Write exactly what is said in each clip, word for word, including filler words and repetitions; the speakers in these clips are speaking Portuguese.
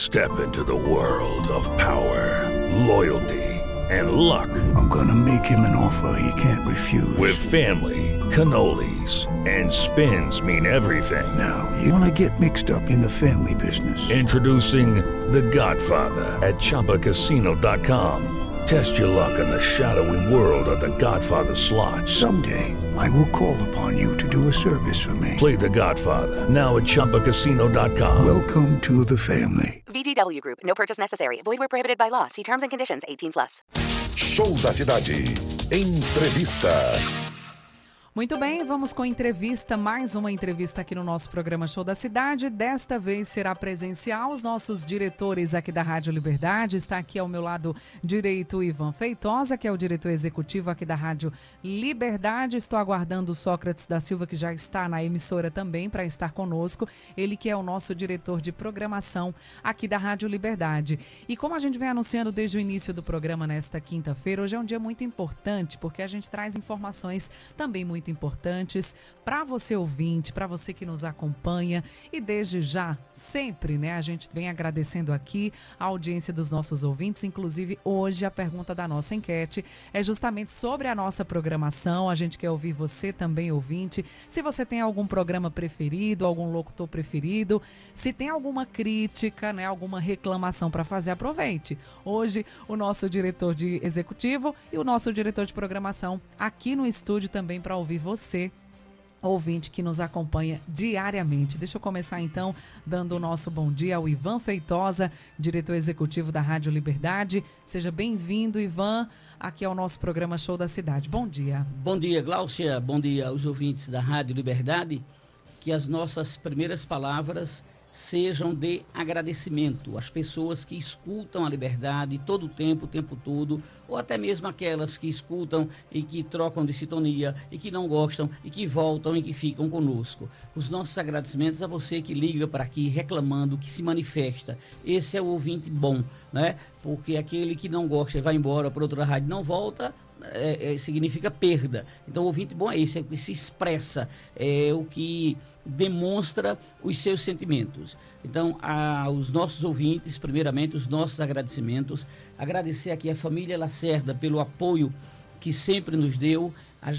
Step into the world of power, loyalty, and luck. I'm gonna make him an offer he can't refuse. With family, cannolis, and spins mean everything. Now, you wanna get mixed up in the family business. Introducing The Godfather at Chumba Casino dot com. Test your luck in the shadowy world of The Godfather slot. Someday, I will call upon you to do a service for me. Play The Godfather now at Chumba Casino dot com. Welcome to the family. V G W Group. No purchase necessary. Void where prohibited by law. See terms and conditions. eighteen plus. Show da Cidade. Entrevista. Muito bem, vamos com entrevista, mais uma entrevista aqui no nosso programa Show da Cidade. Desta vez será presencial. Os nossos diretores aqui da Rádio Liberdade. Está aqui ao meu lado direito o Ivan Feitosa, que é o diretor executivo aqui da Rádio Liberdade. Estou aguardando o Sócrates da Silva, que já está na emissora também, para estar conosco. Ele que é o nosso diretor de programação aqui da Rádio Liberdade. E como a gente vem anunciando desde o início do programa nesta quinta-feira, hoje é um dia muito importante, porque a gente traz informações também muito importantes para você ouvinte, para você que nos acompanha, e desde já, sempre, né, a gente vem agradecendo aqui a audiência dos nossos ouvintes. Inclusive hoje a pergunta da nossa enquete é justamente sobre a nossa programação. A gente quer ouvir você também, ouvinte, se você tem algum programa preferido, algum locutor preferido, se tem alguma crítica, né, alguma reclamação para fazer, aproveite. Hoje o nosso diretor de executivo e o nosso diretor de programação aqui no estúdio também para ouvir você, ouvinte que nos acompanha diariamente. Deixa eu começar então dando o nosso bom dia ao Ivan Feitosa, diretor executivo da Rádio Liberdade. Seja bem-vindo, Ivan, aqui ao nosso programa Show da Cidade. Bom dia. Bom dia, Gláucia. Bom dia aos ouvintes da Rádio Liberdade. Que as nossas primeiras palavras sejam de agradecimento às pessoas que escutam a Liberdade todo o tempo, o tempo todo, ou até mesmo aquelas que escutam e que trocam de sintonia e que não gostam e que voltam e que ficam conosco. Os nossos agradecimentos a você que liga para aqui reclamando, que se manifesta. Esse é o ouvinte bom, né? Porque aquele que não gosta e vai embora para outra rádio não volta, É, é, significa perda. Então o ouvinte bom é esse, é o que se expressa, é o que demonstra os seus sentimentos. Então aos nossos ouvintes, primeiramente os nossos agradecimentos, agradecer aqui a família Lacerda pelo apoio que sempre nos deu. A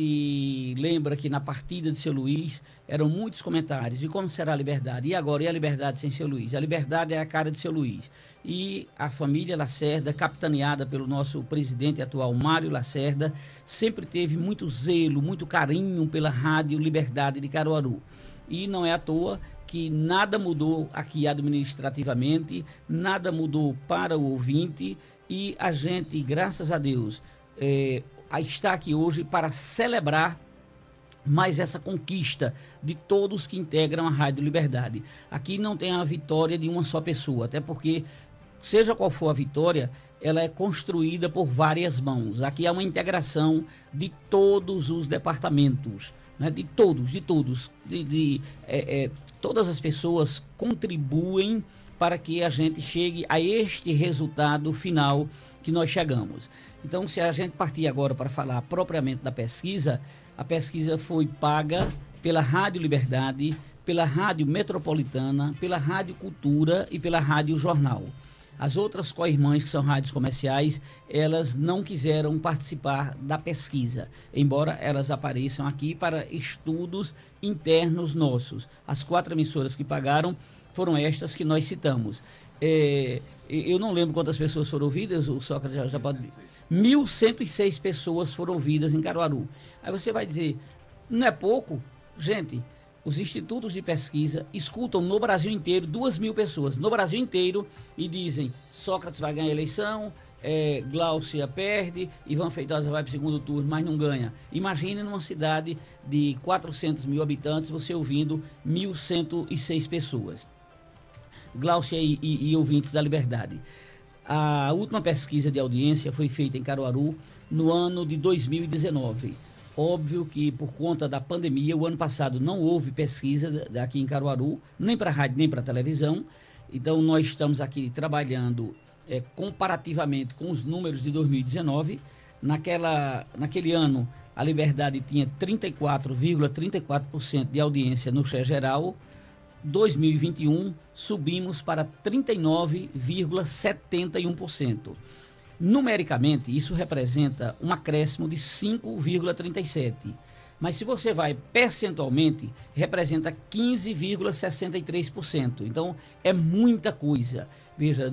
gente lembra que na partida de Seu Luís eram muitos comentários de como será a Liberdade. E agora, e a Liberdade sem Seu Luís? A Liberdade é a cara de Seu Luís. E a família Lacerda, capitaneada pelo nosso presidente atual, Mário Lacerda, sempre teve muito zelo, muito carinho pela Rádio Liberdade de Caruaru. E não é à toa que nada mudou aqui administrativamente, nada mudou para o ouvinte, e a gente, graças a Deus, é, está aqui hoje para celebrar mais essa conquista de todos que integram a Rádio Liberdade. Aqui não tem a vitória de uma só pessoa, até porque, seja qual for a vitória, ela é construída por várias mãos. Aqui há uma integração de todos os departamentos, né? de todos, de todos. De, de, é, é, todas as pessoas contribuem para que a gente chegue a este resultado final que nós chegamos. Então, se a gente partir agora para falar propriamente da pesquisa, a pesquisa foi paga pela Rádio Liberdade, pela Rádio Metropolitana, pela Rádio Cultura e pela Rádio Jornal. As outras co-irmãs, que são rádios comerciais, elas não quiseram participar da pesquisa, embora elas apareçam aqui para estudos internos nossos. As quatro emissoras que pagaram foram estas que nós citamos. É, eu não lembro quantas pessoas foram ouvidas, o Sócrates já, já pode... mil cento e seis pessoas foram ouvidas em Caruaru. Aí você vai dizer, não é pouco? Gente, os institutos de pesquisa escutam no Brasil inteiro duas mil pessoas, no Brasil inteiro, e dizem, Sócrates vai ganhar a eleição, é, Gláucia perde, Ivan Feitosa vai para o segundo turno, mas não ganha. Imagine numa cidade de quatrocentos mil habitantes, você ouvindo mil cento e seis pessoas. Gláucia e, e, e ouvintes da Liberdade. A última pesquisa de audiência foi feita em Caruaru no ano de dois mil e dezenove. Óbvio que por conta da pandemia, o ano passado não houve pesquisa aqui em Caruaru, nem para a rádio, nem para a televisão. Então nós estamos aqui trabalhando é, comparativamente com os números de dois mil e dezenove. Naquela, naquele ano, a Liberdade tinha trinta e quatro vírgula trinta e quatro por cento de audiência no Che Geral. dois mil e vinte e um, subimos para trinta e nove vírgula setenta e um por cento. Numericamente, isso representa um acréscimo de cinco vírgula trinta e sete por cento. Mas se você vai percentualmente, representa quinze vírgula sessenta e três por cento. Então, é muita coisa. Veja,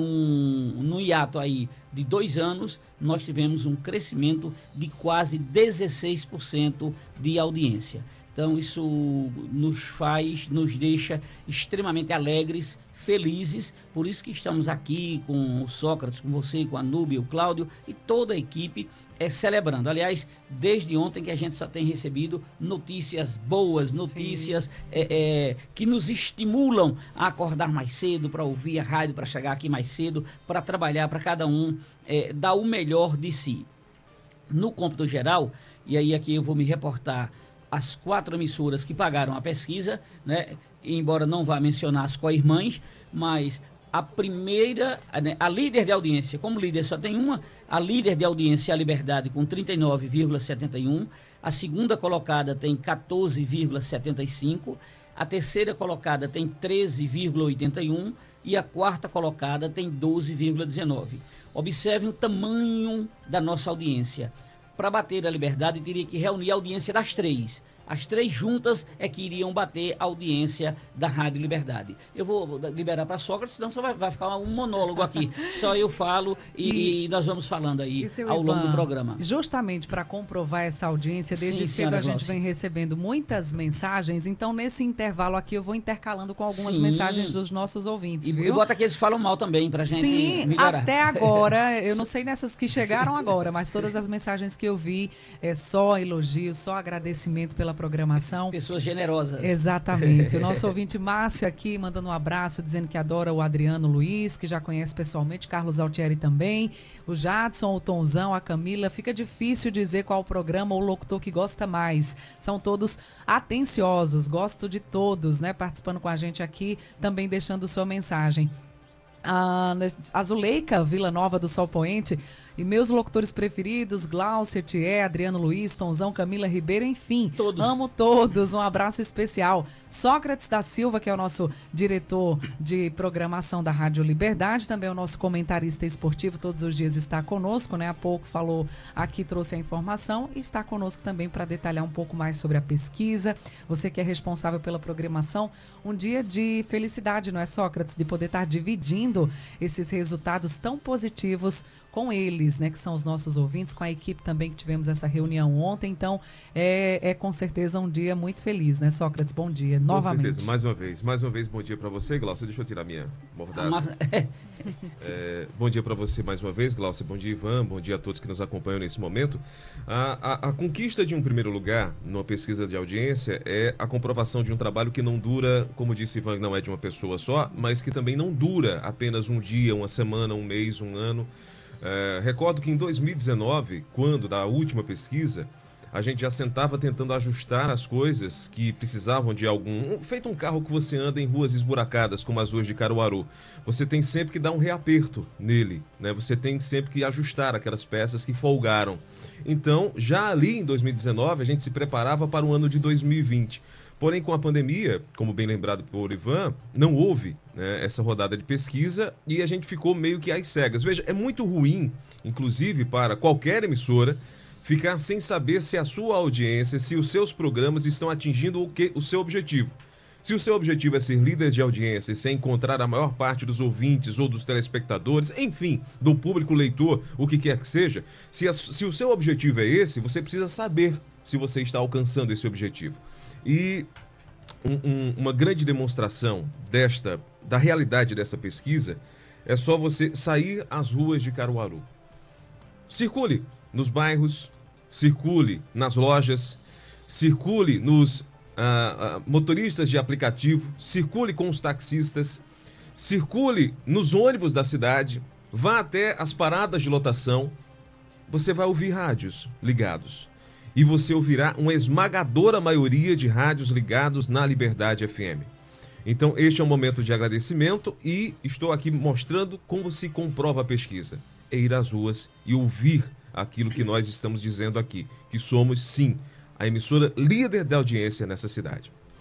num, num hiato aí de dois anos, nós tivemos um crescimento de quase dezesseis por cento de audiência. Então, isso nos faz, nos deixa extremamente alegres, felizes, por isso que estamos aqui com o Sócrates, com você, com a Núbia, o Cláudio e toda a equipe é, celebrando. Aliás, desde ontem que a gente só tem recebido notícias boas, notícias é, é, que nos estimulam a acordar mais cedo, para ouvir a rádio, para chegar aqui mais cedo, para trabalhar, para cada um é, dar o melhor de si. No cômputo geral, e aí aqui eu vou me reportar as quatro emissoras que pagaram a pesquisa, né? Embora não vá mencionar as co-irmãs, mas a primeira, né, a líder de audiência, como líder só tem uma, a líder de audiência é a Liberdade com trinta e nove vírgula setenta e um, a segunda colocada tem quatorze vírgula setenta e cinco, a terceira colocada tem treze vírgula oitenta e um e a quarta colocada tem doze vírgula dezenove. Observem o tamanho da nossa audiência. Para bater a Liberdade, teria que reunir a audiência das três. As três juntas é que iriam bater a audiência da Rádio Liberdade. Eu vou liberar para Sócrates, senão só vai, vai ficar um monólogo aqui. Só eu falo e, e nós vamos falando aí ao Ivan, longo do programa. Justamente para comprovar essa audiência, desde Sim, cedo a gente Glaucia. vem recebendo muitas mensagens, então nesse intervalo aqui eu vou intercalando com algumas Sim. mensagens dos nossos ouvintes, E, viu? e bota aqueles que falam mal também, para a gente Sim, melhorar. até agora, eu não sei nessas que chegaram agora, mas todas as mensagens que eu vi, é só elogio, só agradecimento pela programação. Pessoas generosas. Exatamente. O nosso ouvinte Márcio aqui mandando um abraço, dizendo que adora o Adriano Luiz, que já conhece pessoalmente, Carlos Altieri também, o Jadson, o Tonzão, a Camila. Fica difícil dizer qual o programa ou o locutor que gosta mais. São todos atenciosos, gosto de todos, né? Participando com a gente aqui, também deixando sua mensagem. A Zuleika Vila Nova do Sol Poente e meus locutores preferidos, Glaucia, Thier, Adriano Luiz, Tonzão, Camila Ribeiro, enfim, todos. Amo todos, um abraço especial. Sócrates da Silva, que é o nosso diretor de programação da Rádio Liberdade, também é o nosso comentarista esportivo, todos os dias está conosco, né? Há pouco falou aqui, trouxe a informação e está conosco também para detalhar um pouco mais sobre a pesquisa. Você que é responsável pela programação, um dia de felicidade, não é, Sócrates? De poder estar dividindo esses resultados tão positivos com eles, né, que são os nossos ouvintes, com a equipe também que tivemos essa reunião ontem, então é, é com certeza um dia muito feliz, né, Sócrates? Bom dia, com novamente. Com certeza, mais uma vez, mais uma vez, bom dia para você, Glaucia, deixa eu tirar minha mordaça. É, bom dia para você mais uma vez, Glaucia, bom dia, Ivan, bom dia a todos que nos acompanham nesse momento. A, a, a conquista de um primeiro lugar numa pesquisa de audiência é a comprovação de um trabalho que não dura, como disse Ivan, não é de uma pessoa só, mas que também não dura apenas um dia, uma semana, um mês, um ano. É, recordo que em dois mil e dezenove, quando da última pesquisa, a gente já sentava tentando ajustar as coisas que precisavam de algum... Feito um carro que você anda em ruas esburacadas, como as ruas de Caruaru. Você tem sempre que dar um reaperto nele, né? Você tem sempre que ajustar aquelas peças que folgaram. Então, já ali em dois mil e dezenove, a gente se preparava para o ano de dois mil e vinte. Porém, com a pandemia, como bem lembrado por Ivan, não houve, né, essa rodada de pesquisa e a gente ficou meio que às cegas. Veja, é muito ruim, inclusive para qualquer emissora, ficar sem saber se a sua audiência, se os seus programas estão atingindo o, que, o seu objetivo. Se o seu objetivo é ser líder de audiência, se é encontrar a maior parte dos ouvintes ou dos telespectadores, enfim, do público leitor, o que quer que seja, se, a, se o seu objetivo é esse, você precisa saber se você está alcançando esse objetivo. E um, um, uma grande demonstração desta, da realidade dessa pesquisa é só você sair às ruas de Caruaru. Circule nos bairros, circule nas lojas, circule nos ah, ah, motoristas de aplicativo, circule com os taxistas, circule nos ônibus da cidade, vá até as paradas de lotação, você vai ouvir rádios ligados. E você ouvirá uma esmagadora maioria de rádios ligados na Liberdade F M. Então, este é um momento de agradecimento e estou aqui mostrando como se comprova a pesquisa. É ir às ruas e ouvir aquilo que nós estamos dizendo aqui, que somos, sim, a emissora líder da audiência nessa cidade.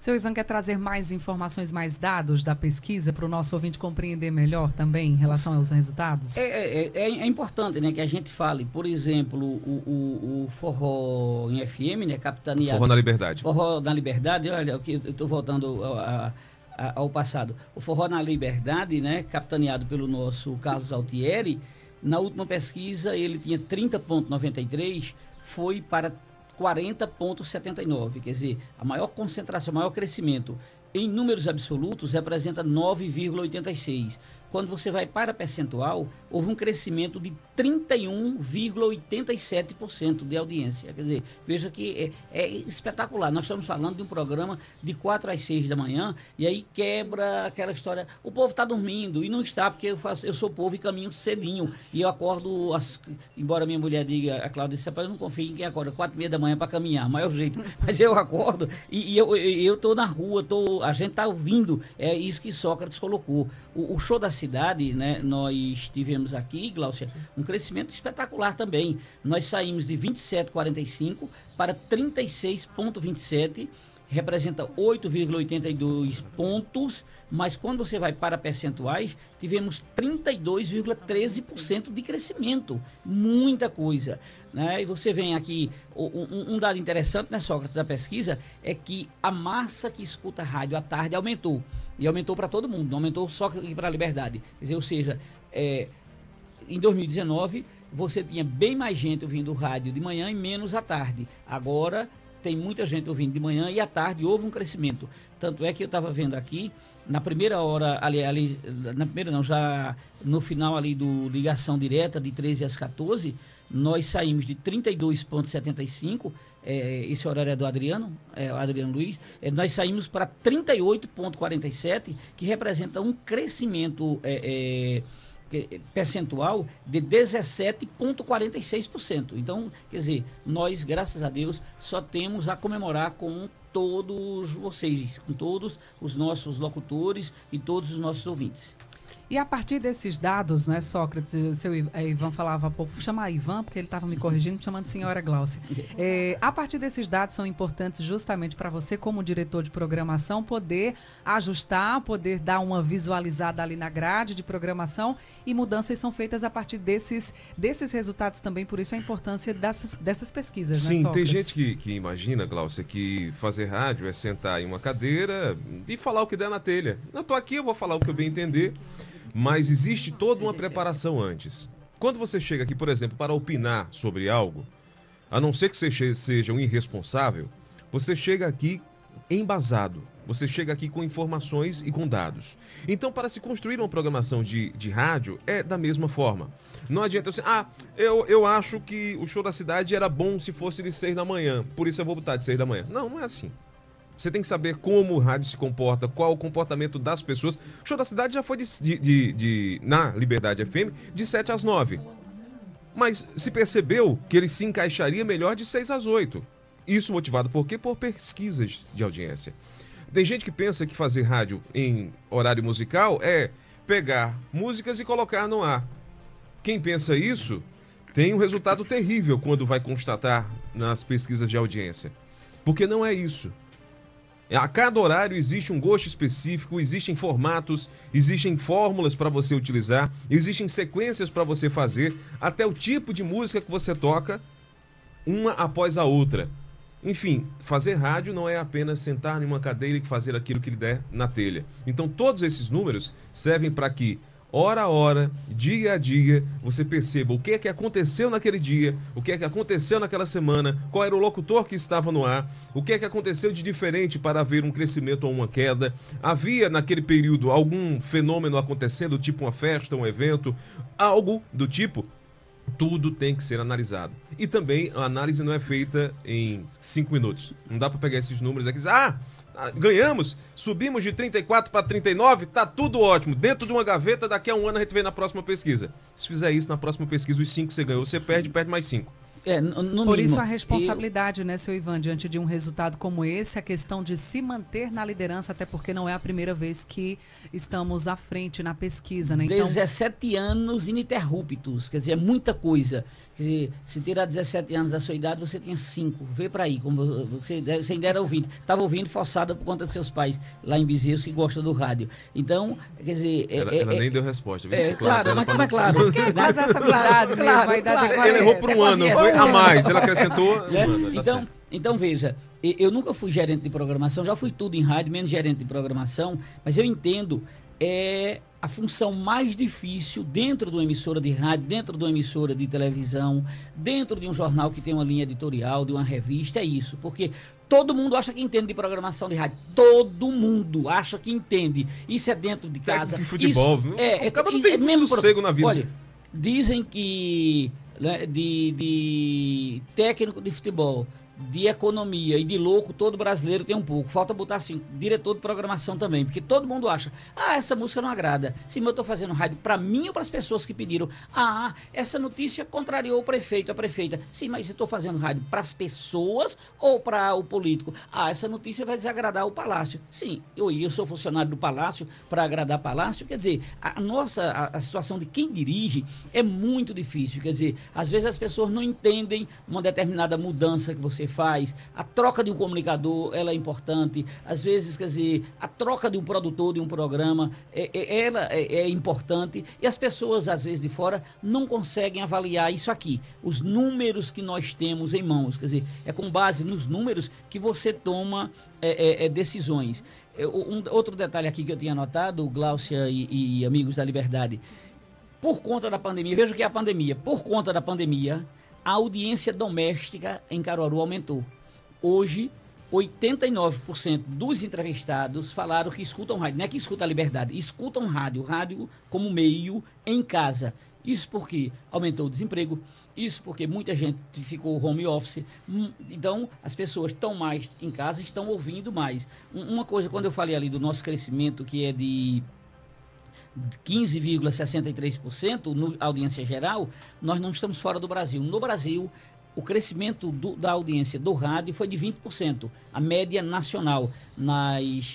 Seu Ivan quer trazer mais informações, mais dados da pesquisa para o nosso ouvinte compreender melhor também em relação aos resultados? É, é, é, é importante, né, que a gente fale, por exemplo, o, o, o forró em F M, né, capitaneado... Forró na Liberdade. Forró na Liberdade, olha, eu estou voltando a, a, ao passado. O Forró na Liberdade, né, capitaneado pelo nosso Carlos Altieri, na última pesquisa ele tinha trinta vírgula noventa e três, foi para quarenta vírgula setenta e nove, quer dizer, a maior concentração, o maior crescimento em números absolutos representa nove vírgula oitenta e seis. Quando você vai para percentual, houve um crescimento de trinta e um vírgula oitenta e sete por cento de audiência. Quer dizer, veja que é, é espetacular. Nós estamos falando de um programa de quatro às seis da manhã e aí quebra aquela história. O povo está dormindo e não está, porque eu, faço, eu sou povo e caminho cedinho. E eu acordo, as, embora minha mulher diga, a Cláudia disse, eu não confio em quem acorda quatro e meia da manhã para caminhar, maior jeito. Mas eu acordo e, e eu estou na rua, tô, a gente está ouvindo. É isso que Sócrates colocou. O, o show da cidade, né, nós tivemos aqui, Gláucia, um crescimento espetacular também. Nós saímos de vinte e sete vírgula quarenta e cinco para trinta e seis vírgula vinte e sete, representa oito vírgula oitenta e dois pontos, mas quando você vai para percentuais, tivemos trinta e dois vírgula treze por cento de crescimento. Muita coisa, né? E você vem aqui, um, um dado interessante, né, Sócrates, da pesquisa, é que a massa que escuta rádio à tarde aumentou. E aumentou para todo mundo, não aumentou só para a Liberdade. Quer dizer, ou seja, é, em dois mil e dezenove, você tinha bem mais gente ouvindo rádio de manhã e menos à tarde. Agora, tem muita gente ouvindo de manhã e à tarde houve um crescimento. Tanto é que eu estava vendo aqui, na primeira hora, ali, ali, na primeira não, já no final ali do Ligação Direta, de treze às quatorze, nós saímos de trinta e dois vírgula setenta e cinco, é, esse horário é do Adriano, é, o Adriano Luiz, é, nós saímos para trinta e oito vírgula quarenta e sete, que representa um crescimento é, é, percentual de dezessete vírgula quarenta e seis por cento. Então, quer dizer, nós, graças a Deus, só temos a comemorar com todos vocês, com todos os nossos locutores e todos os nossos ouvintes. E a partir desses dados, né, Sócrates, o seu Ivan falava há pouco, vou chamar Ivan, porque ele estava me corrigindo, me chamando de senhora Gláucia. É, a partir desses dados são importantes justamente para você, como diretor de programação, poder ajustar, poder dar uma visualizada ali na grade de programação, e mudanças são feitas a partir desses, desses resultados também, por isso a importância dessas, dessas pesquisas, Sim, né, Sócrates? Tem gente que, que imagina, Gláucia, que fazer rádio é sentar em uma cadeira e falar o que der na telha. Eu estou aqui, eu vou falar o que eu bem entender. Mas existe toda uma preparação antes. Quando você chega aqui, por exemplo, para opinar sobre algo, a não ser que você seja um irresponsável, você chega aqui embasado. Você chega aqui com informações e com dados. Então, para se construir uma programação de, de rádio, é da mesma forma. Não adianta eu dizer, ah, eu, eu acho que o show da cidade era bom se fosse de seis da manhã, por isso eu vou botar de seis da manhã. Não, não é assim. Você tem que saber como o rádio se comporta, qual o comportamento das pessoas. O show da cidade já foi de, de, de, de, na Liberdade F M de sete às nove. Mas se percebeu que ele se encaixaria melhor de seis às oito. Isso motivado por quê? Por pesquisas de audiência. Tem gente que pensa que fazer rádio em horário musical é pegar músicas e colocar no ar. Quem pensa isso tem um resultado terrível quando vai constatar nas pesquisas de audiência. Porque não é isso. A cada horário existe um gosto específico, existem formatos, existem fórmulas para você utilizar, existem sequências para você fazer, até o tipo de música que você toca, uma após a outra. Enfim, fazer rádio não é apenas sentar em uma cadeira e fazer aquilo que lhe der na telha. Então todos esses números servem para que, hora a hora, dia a dia, você perceba o que é que aconteceu naquele dia, o que é que aconteceu naquela semana, qual era o locutor que estava no ar, o que é que aconteceu de diferente para haver um crescimento ou uma queda. Havia naquele período algum fenômeno acontecendo, tipo uma festa, um evento, algo do tipo. Tudo tem que ser analisado. E também a análise não é feita em cinco minutos. Não dá para pegar esses números aqui e dizer, ah, ganhamos, subimos de trinta e quatro para trinta e nove, tá tudo ótimo, dentro de uma gaveta, daqui a um ano a gente vê na próxima pesquisa. Se fizer isso na próxima pesquisa, os cinco que você ganhou, você perde, perde mais cinco. É, no, no Por mínimo. isso a responsabilidade, eu... né, seu Ivan, diante de um resultado como esse, a questão de se manter na liderança, até porque não é a primeira vez que estamos à frente na pesquisa, né? Então... dezessete anos ininterruptos, quer dizer, é muita coisa. Quer dizer, se tirar dezessete anos da sua idade, você tinha cinco. Vê para aí, como você, você ainda era ouvindo. Estava ouvindo forçada por conta dos seus pais, lá em Bezerros, que gostam do rádio. Então, quer dizer... Ela, é, ela é, nem é, deu resposta. É, claro, mas, mas claro. Porque quase essa habilidade mesmo, claro, a idade claro. é quase Ele errou por um é ano, quase foi essa. a mais. Ela acrescentou... Né? Um ano, tá então, certo. então, veja, eu, eu nunca fui gerente de programação, já fui tudo em rádio, menos gerente de programação, mas eu entendo... é a função mais difícil dentro de uma emissora de rádio, dentro de uma emissora de televisão, dentro de um jornal que tem uma linha editorial, de uma revista, é isso. Porque todo mundo acha que entende de programação de rádio. Todo mundo acha que entende. Isso é dentro de casa. Técnico de futebol. Isso, Não, é, o cara é, não tem é mesmo sossego pro... na vida. Olha, dizem que né, de, de técnico de futebol, de economia e de louco, todo brasileiro tem um pouco. Falta botar assim, diretor de programação também, porque todo mundo acha, ah, essa música não agrada. Sim, mas eu estou fazendo rádio para mim ou para as pessoas que pediram. Ah, essa notícia contrariou o prefeito, a prefeita. Sim, mas eu estou fazendo rádio para as pessoas ou para o político? Ah, essa notícia vai desagradar o Palácio. Sim, eu, eu sou funcionário do Palácio para agradar o Palácio. Quer dizer, a nossa, a, a situação de quem dirige é muito difícil. Quer dizer, às vezes as pessoas não entendem uma determinada mudança que você faz, a troca de um comunicador, ela é importante, às vezes, quer dizer, a troca de um produtor de um programa, é, é, ela é, é importante, e as pessoas, às vezes, de fora, não conseguem avaliar isso aqui, os números que nós temos em mãos, quer dizer, é com base nos números que você toma é, é, é, decisões. Um, outro detalhe aqui que eu tinha anotado, Gláucia e, e amigos da Liberdade, por conta da pandemia, veja o que é a pandemia, por conta da pandemia, a audiência doméstica em Caruaru aumentou. Hoje, oitenta e nove por cento dos entrevistados falaram que escutam rádio. Não é que escutam a Liberdade, escutam rádio, rádio como meio em casa. Isso porque aumentou o desemprego, isso porque muita gente ficou home office. Então, as pessoas estão mais em casa e estão ouvindo mais. Uma coisa, quando eu falei ali do nosso crescimento, que é de quinze vírgula sessenta e três por cento na audiência geral, nós não estamos fora do Brasil. No Brasil, o crescimento do, da audiência do rádio foi de vinte por cento, a média nacional, nas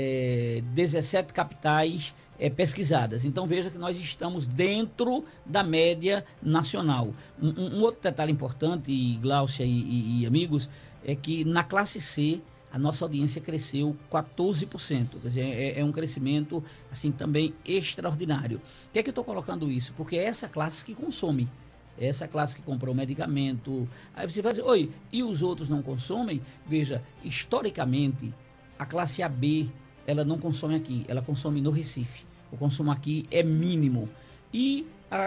é, dezessete capitais é, pesquisadas. Então, veja que nós estamos dentro da média nacional. Um, um outro detalhe importante, Gláucia e, e, e amigos, é que na classe C, a nossa audiência cresceu quatorze por cento. Quer dizer, é, é um crescimento, assim, também extraordinário. Por que é que eu estou colocando isso? Porque é essa classe que consome. É essa classe que comprou medicamento. Aí você vai dizer, oi, e os outros não consomem? Veja, historicamente, a classe A B, ela não consome aqui, ela consome no Recife. O consumo aqui é mínimo. E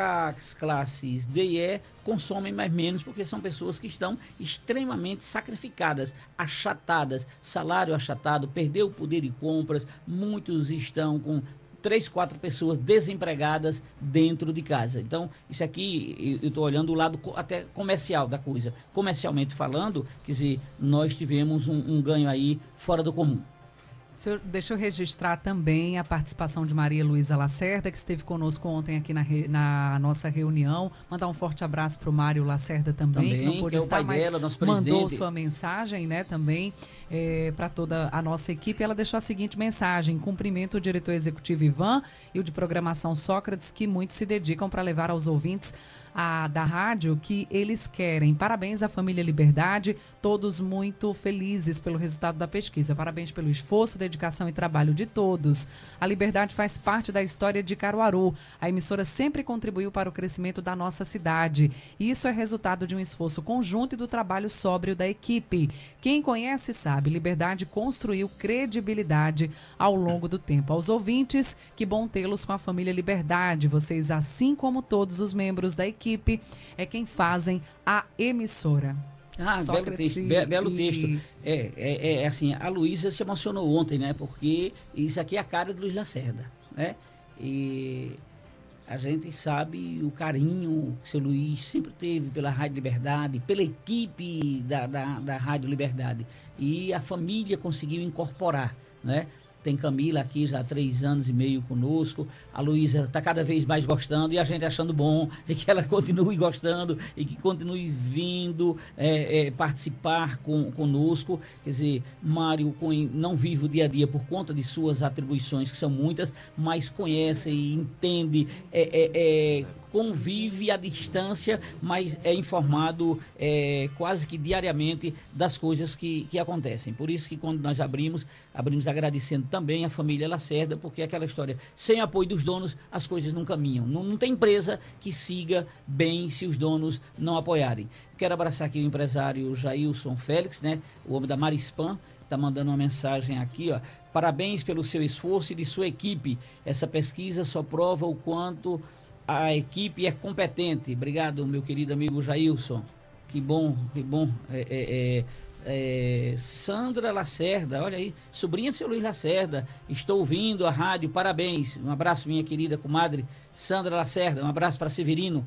as classes D e E consomem mais menos porque são pessoas que estão extremamente sacrificadas, achatadas, salário achatado, perdeu o poder de compras, muitos estão com três, quatro pessoas desempregadas dentro de casa. Então, isso aqui, eu estou olhando o lado até comercial da coisa. Comercialmente falando, quer dizer, nós tivemos um, um ganho aí fora do comum. Senhor, deixa eu registrar também a participação de Maria Luísa Lacerda, que esteve conosco ontem aqui na, re, na nossa reunião. Mandar um forte abraço para o Mário Lacerda também, também, que não pôde que é estar, o pai mas dela, nosso mandou presidente. sua mensagem, né, também, é, para toda a nossa equipe. Ela deixou a seguinte mensagem: cumprimento o diretor executivo Ivan e o de programação Sócrates, que muito se dedicam para levar aos ouvintes a, da rádio que eles querem. Parabéns à família Liberdade, todos muito felizes pelo resultado da pesquisa. Parabéns pelo esforço, dedicação e trabalho de todos. A Liberdade faz parte da história de Caruaru. A emissora sempre contribuiu para o crescimento da nossa cidade. E isso é resultado de um esforço conjunto e do trabalho sóbrio da equipe. Quem conhece sabe, Liberdade construiu credibilidade ao longo do tempo. Aos ouvintes, que bom tê-los com a família Liberdade. Vocês, assim como todos os membros da equipe, equipe é quem fazem a emissora. Ah, Sócrates belo texto. Be belo e... texto. É, é, é assim, a Luísa se emocionou ontem, né? Porque isso aqui é a cara de Luiz Lacerda, né? E a gente sabe o carinho que o seu Luiz sempre teve pela Rádio Liberdade, pela equipe da, da, da Rádio Liberdade. E a família conseguiu incorporar, né? tem Camila aqui já há três anos e meio conosco. A Luísa está cada vez mais gostando e a gente achando bom e que ela continue gostando e que continue vindo é, é, participar com, conosco. Quer dizer, Mário Cunha não vive o dia a dia por conta de suas atribuições, que são muitas, mas conhece e entende, é, é, é, convive à distância, mas é informado é, quase que diariamente das coisas que, que acontecem. Por isso que quando nós abrimos, abrimos agradecendo também a família Lacerda, porque é aquela história, sem apoio dos donos, as coisas não caminham. Não, não tem empresa que siga bem se os donos não apoiarem. Quero abraçar aqui o empresário Jailson Félix, né, o homem da Marispan, está mandando uma mensagem aqui, ó. Parabéns pelo seu esforço e de sua equipe. Essa pesquisa só prova o quanto a equipe é competente. Obrigado, meu querido amigo Jailson. Que bom, que bom. É, é, é, Sandra Lacerda, olha aí, sobrinha do seu Luiz Lacerda, estou ouvindo a rádio, parabéns. Um abraço, minha querida comadre Sandra Lacerda, um abraço para Severino.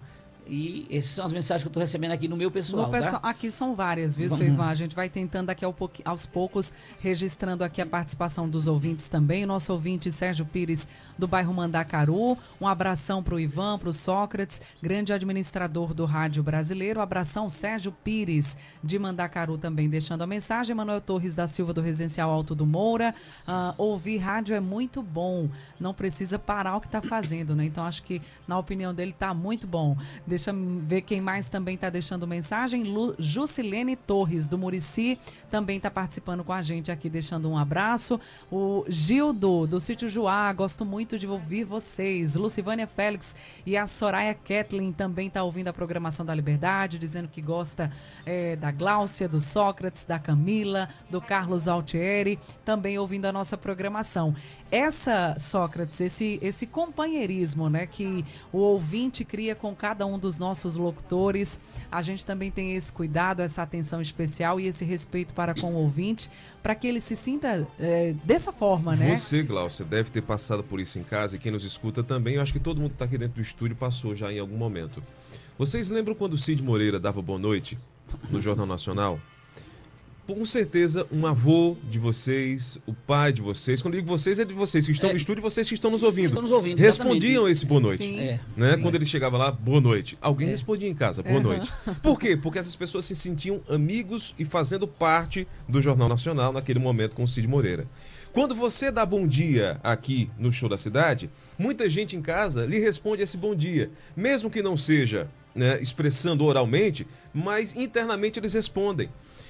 E essas são as mensagens que eu estou recebendo aqui no meu pessoal, no pessoal tá? Aqui são várias, viu, seu Ivan? A gente vai tentando aqui ao pouqui, aos poucos, registrando aqui a participação dos ouvintes também. O nosso ouvinte Sérgio Pires, do bairro Mandacaru. Um abração para o Ivan, para o Sócrates, grande administrador do Rádio Brasileiro. Um abração, Sérgio Pires, de Mandacaru também, deixando a mensagem. Manuel Torres da Silva, do Residencial Alto do Moura. Uh, ouvir rádio é muito bom, não precisa parar o que está fazendo, né? Então, acho que, na opinião dele, está muito bom. Deixa eu ver quem mais também está deixando mensagem. Lu, Jusilene Torres, do Murici, também está participando com a gente aqui, deixando um abraço. O Gildo, do Sítio Juá, gosto muito de ouvir vocês. Lucivânia Félix e a Soraya Kathleen também está ouvindo a programação da Liberdade, dizendo que gosta é, da Gláucia, do Sócrates, da Camila, do Carlos Altieri, também ouvindo a nossa programação. Essa, Sócrates, esse, esse companheirismo, né, que o ouvinte cria com cada um dos nossos locutores, a gente também tem esse cuidado, essa atenção especial e esse respeito para com o ouvinte, para que ele se sinta é, dessa forma, né? Você, Gláucia, deve ter passado por isso em casa e quem nos escuta também, eu acho que todo mundo que está aqui dentro do estúdio passou já em algum momento. Vocês lembram quando o Cid Moreira dava boa noite no Jornal Nacional? Com certeza, um avô de vocês, o pai de vocês, quando eu digo vocês, é de vocês que estão é, no estúdio e vocês que estão nos ouvindo. Estão nos ouvindo, respondiam esse boa noite. Sim. É, né? sim, quando é. ele chegava lá, boa noite. Alguém é. respondia em casa, boa uhum. noite. Por quê? Porque essas pessoas se sentiam amigos e fazendo parte do Jornal Nacional naquele momento com o Cid Moreira. Quando você dá bom dia aqui no Show da Cidade, muita gente em casa lhe responde esse bom dia. Mesmo que não seja, né, expressando oralmente, mas internamente eles respondem.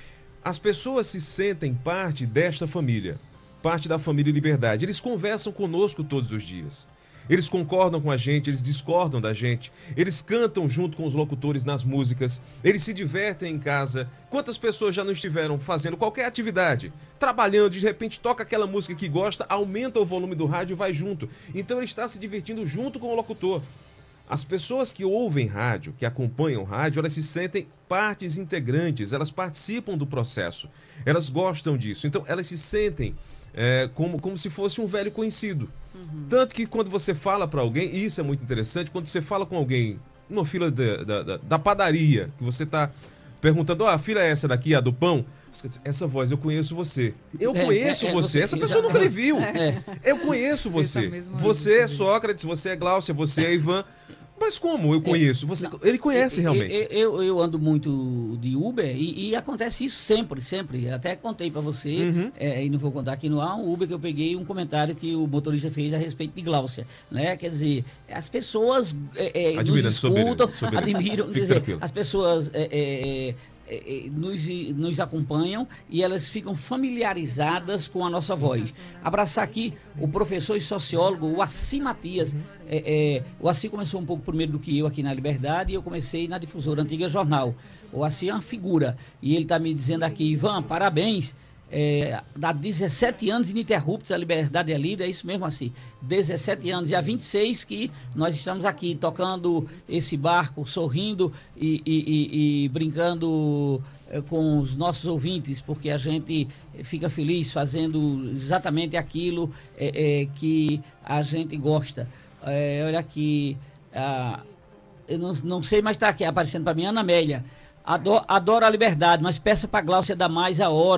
As pessoas se sentem parte desta família, parte da família Liberdade. Eles conversam conosco todos os dias. Eles concordam com a gente, eles discordam da gente, eles cantam junto com os locutores nas músicas, eles se divertem em casa. Quantas pessoas já não estiveram fazendo qualquer atividade, trabalhando, de repente toca aquela música que gosta, aumenta o volume do rádio e vai junto. Então ele está se divertindo junto com o locutor. As pessoas que ouvem rádio, que acompanham rádio, elas se sentem partes integrantes, elas participam do processo, elas gostam disso, então elas se sentem é, como, como se fosse um velho conhecido. Uhum. Tanto que quando você fala para alguém, e isso é muito interessante, quando você fala com alguém numa fila da, da, da, da padaria, que você está perguntando, oh, a fila é essa daqui, a do pão? Essa voz, eu conheço você. Eu é, conheço é, é, você. Essa pessoa nunca lhe viu. É. Eu conheço você. Você é Sócrates, você é Gláucia, você é Ivan. Mas como eu conheço? Você, não, ele conhece eu, realmente. Eu, eu, eu ando muito de Uber e, e acontece isso sempre, sempre. Até contei para você, uhum. é, e não vou contar aqui no ar, um Uber que eu peguei, um comentário que o motorista fez a respeito de Gláucia. Né? Quer dizer, as pessoas é, é, nos escutam, admiram. Quer dizer, as pessoas... É, é, Nos, nos acompanham e elas ficam familiarizadas com a nossa voz. Abraçar aqui o professor e sociólogo, o Assi Matias. Uhum. É, é, o Assi começou um pouco primeiro do que eu aqui na Liberdade e eu comecei na Difusora Antiga Jornal. O Assi é uma figura e ele está me dizendo aqui, Ivan, parabéns. É, há dezessete anos ininterruptos a Liberdade é Líder, é isso mesmo assim, dezessete anos, e há vinte e seis que nós estamos aqui tocando esse barco, sorrindo e, e, e, e brincando é, com os nossos ouvintes, porque a gente fica feliz fazendo exatamente aquilo é, é, que a gente gosta. É, olha aqui, ah, eu não, não sei, mas está aqui aparecendo para mim, Ana Amélia. Adoro, adoro a Liberdade, mas peça para a Gláucia dar mais a hora.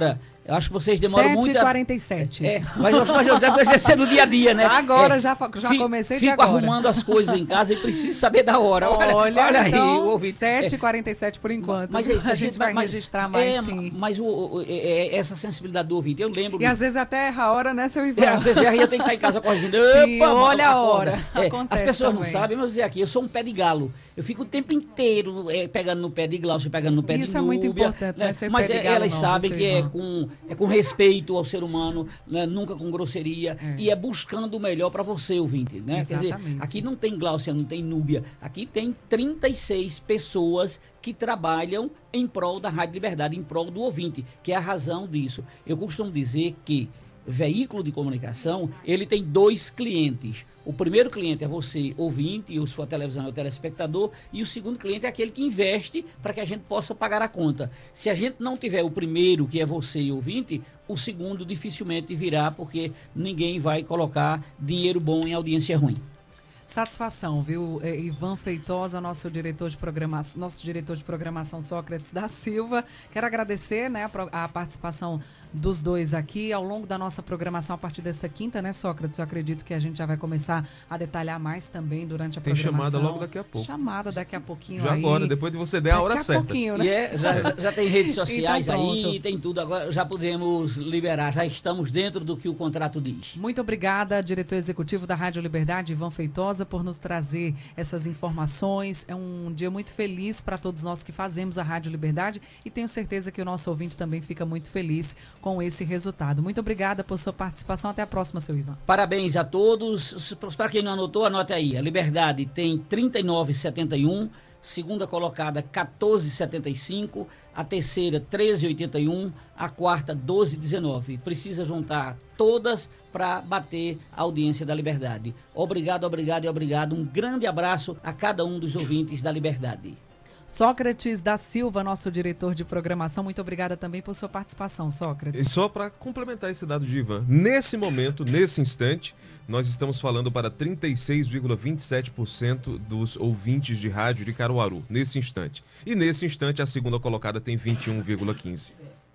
Eu acho que vocês demoram muito... sete e quarenta e sete. É, mas eu, mas eu deve ser no dia a dia, né? Agora, é, já, já fico, comecei de fico agora. arrumando as coisas em casa e preciso saber da hora. Olha, olha, olha então, aí, o ouvinte. sete e quarenta e sete por enquanto. Mas, a gente vai mas, registrar mais, é, sim. Mas o, o, é, essa sensibilidade do ouvinte, eu lembro... E às vezes até erra a hora, né, seu Ivan? É, às vezes erra e eu tenho que estar em casa corrigindo. Sim, Opa, olha a hora. É, as pessoas também. não sabem, mas eu vou dizer aqui, eu sou um pé de galo. Eu fico o tempo inteiro é, pegando no pé de Glaucio, pegando no pé Isso de Isso Núbia. é muito importante, né? Ser Mas pé de é, galo, elas não, sabem que é Ivan. com, é com respeito ao ser humano, né? Nunca com grosseria, É. e é buscando o melhor para você, ouvinte. Né? Quer dizer, aqui não tem Glaucia, não tem Núbia, aqui tem trinta e seis pessoas que trabalham em prol da Rádio Liberdade, em prol do ouvinte, que é a razão disso. Eu costumo dizer que veículo de comunicação, ele tem dois clientes. O primeiro cliente é você, ouvinte, ou sua televisão é o telespectador, e o segundo cliente é aquele que investe para que a gente possa pagar a conta. Se a gente não tiver o primeiro, que é você, ouvinte, o segundo dificilmente virá, porque ninguém vai colocar dinheiro bom em audiência ruim. Satisfação, viu? Ivan Feitosa, nosso diretor de programação, nosso diretor de programação Sócrates da Silva. Quero agradecer, né, a, a participação dos dois aqui ao longo da nossa programação a partir desta quinta, né, Sócrates? Eu acredito que a gente já vai começar a detalhar mais também durante a Tem programação. chamada logo daqui a pouco. Chamada daqui a pouquinho já aí. agora, depois de você der a hora daqui certa. A pouquinho, né? E é, já, já tem redes sociais então, aí, tem tudo. Agora já podemos liberar, já estamos dentro do que o contrato diz. Muito obrigada, diretor executivo da Rádio Liberdade, Ivan Feitosa, por nos trazer essas informações. É um dia muito feliz para todos nós que fazemos a Rádio Liberdade e tenho certeza que o nosso ouvinte também fica muito feliz com esse resultado. Muito obrigada por sua participação. Até a próxima, seu Ivan. Parabéns a todos. Para quem não anotou, anote aí. A Liberdade tem trinta e nove vírgula setenta e um, segunda colocada quatorze vírgula setenta e cinco, a terceira treze vírgula oitenta e um, a quarta doze vírgula dezenove. Precisa juntar todas para bater a audiência da Liberdade. Obrigado, obrigado e obrigado. Um grande abraço a cada um dos ouvintes da Liberdade. Sócrates da Silva, nosso diretor de programação, muito obrigada também por sua participação, Sócrates. E só para complementar esse dado de Ivan, nesse momento, nesse instante, nós estamos falando para trinta e seis vírgula vinte e sete por cento dos ouvintes de rádio de Caruaru, nesse instante. E nesse instante, a segunda colocada tem vinte e um vírgula quinze.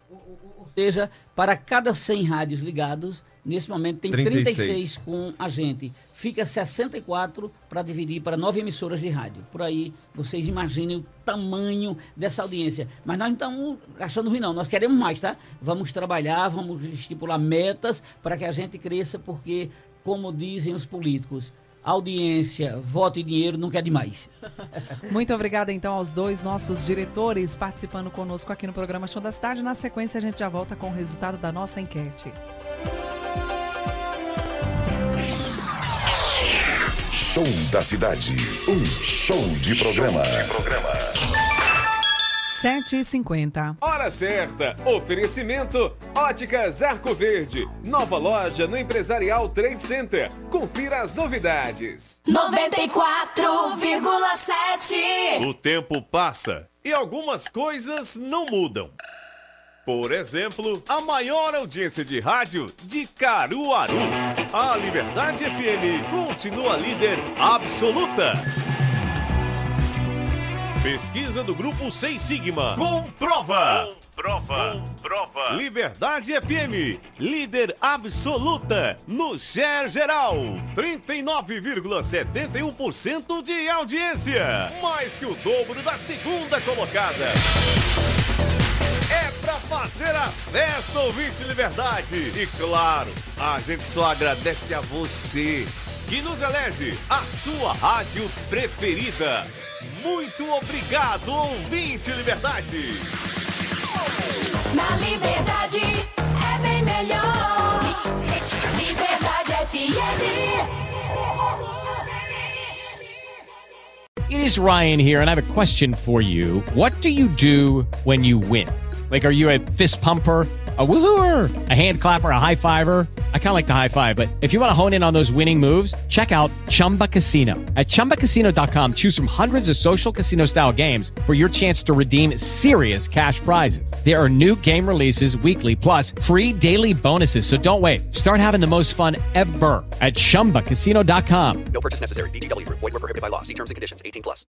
Ou seja, para cada cem rádios ligados, nesse momento tem trinta e seis, trinta e seis com a gente. Fica sessenta e quatro para dividir para nove emissoras de rádio. Por aí, vocês imaginem o tamanho dessa audiência. Mas nós não estamos achando ruim, não. Nós queremos mais, tá? Vamos trabalhar, vamos estipular metas para que a gente cresça, porque, como dizem os políticos, audiência, voto e dinheiro nunca é demais. Muito obrigada, então, aos dois nossos diretores participando conosco aqui no programa Show da Cidade. Na sequência, a gente já volta com o resultado da nossa enquete. Show da Cidade. Um show de programa. sete e cinquenta. Hora certa. Oferecimento Óticas Arco Verde. Nova loja no Empresarial Trade Center. Confira as novidades. noventa e quatro vírgula sete. O tempo passa e algumas coisas não mudam. Por exemplo, a maior audiência de rádio de Caruaru. A Liberdade F M continua líder absoluta. Pesquisa do Grupo Seis Sigma. Comprova! Comprova! Comprova! Liberdade F M, líder absoluta no share geral. trinta e nove vírgula setenta e um por cento de audiência. Mais que o dobro da segunda colocada. É pra fazer a festa, ouvinte Liberdade. E claro, a gente só agradece a você que nos elege a sua rádio preferida. Muito obrigado, ouvinte Liberdade. Na Liberdade é bem melhor. Liberdade F M. It is Ryan here, and I have a question for you. What do you do when you win? Like, are you a fist pumper, a woohooer, a hand clapper, a high fiver? I kind of like the high five, but if you want to hone in on those winning moves, check out Chumba Casino. At chumba casino dot com, choose from hundreds of social casino style games for your chance to redeem serious cash prizes. There are new game releases weekly, plus free daily bonuses. So don't wait. Start having the most fun ever at chumba casino dot com. No purchase necessary. V G W Group. Void where prohibited by law. See terms and conditions. eighteen plus.